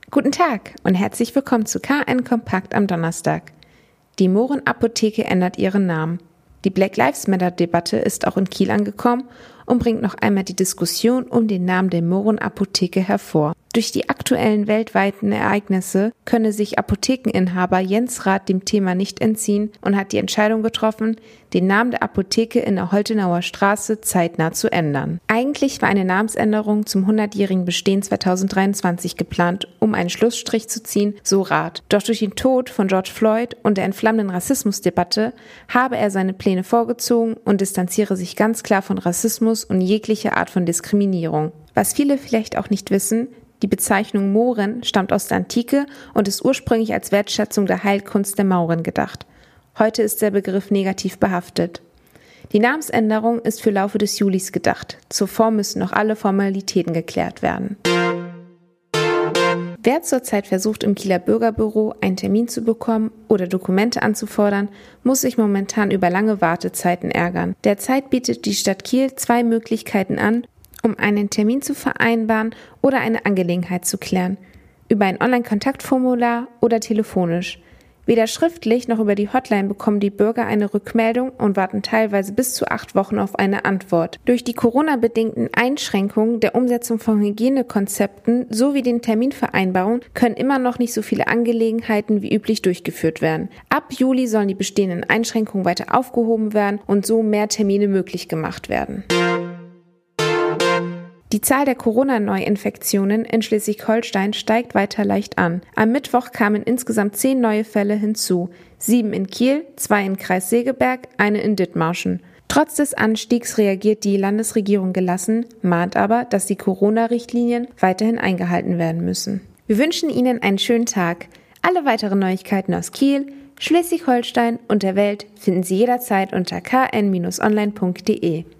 Guten Tag und herzlich willkommen zu KN Kompakt am Donnerstag. Die Mohren-Apotheke ändert ihren Namen. Die Black Lives Matter-Debatte ist auch in Kiel angekommen und bringt noch einmal die Diskussion um den Namen der Mohren-Apotheke hervor. Durch die aktuellen weltweiten Ereignisse könne sich Apothekeninhaber Jens Rath dem Thema nicht entziehen und hat die Entscheidung getroffen, den Namen der Apotheke in der Holtenauer Straße zeitnah zu ändern. Eigentlich war eine Namensänderung zum 100-jährigen Bestehen 2023 geplant, um einen Schlussstrich zu ziehen, so Rath. Doch durch den Tod von George Floyd und der entflammenden Rassismusdebatte habe er seine Pläne vorgezogen und distanziere sich ganz klar von Rassismus und jeglicher Art von Diskriminierung. Was viele vielleicht auch nicht wissen: Die Bezeichnung Mohren stammt aus der Antike und ist ursprünglich als Wertschätzung der Heilkunst der Mauren gedacht. Heute ist der Begriff negativ behaftet. Die Namensänderung ist für Laufe des Julis gedacht. Zuvor müssen noch alle Formalitäten geklärt werden. Wer zurzeit versucht, im Kieler Bürgerbüro einen Termin zu bekommen oder Dokumente anzufordern, muss sich momentan über lange Wartezeiten ärgern. Derzeit bietet die Stadt Kiel 2 Möglichkeiten an, um einen Termin zu vereinbaren oder eine Angelegenheit zu klären: über ein Online-Kontaktformular oder telefonisch. Weder schriftlich noch über die Hotline bekommen die Bürger eine Rückmeldung und warten teilweise bis zu 8 Wochen auf eine Antwort. Durch die Corona-bedingten Einschränkungen der Umsetzung von Hygienekonzepten sowie den Terminvereinbarungen können immer noch nicht so viele Angelegenheiten wie üblich durchgeführt werden. Ab Juli sollen die bestehenden Einschränkungen weiter aufgehoben werden und so mehr Termine möglich gemacht werden. Die Zahl der Corona-Neuinfektionen in Schleswig-Holstein steigt weiter leicht an. Am Mittwoch kamen insgesamt 10 neue Fälle hinzu. 7 in Kiel, 2 in Kreis Segeberg, eine in Dithmarschen. Trotz des Anstiegs reagiert die Landesregierung gelassen, mahnt aber, dass die Corona-Richtlinien weiterhin eingehalten werden müssen. Wir wünschen Ihnen einen schönen Tag. Alle weiteren Neuigkeiten aus Kiel, Schleswig-Holstein und der Welt finden Sie jederzeit unter kn-online.de.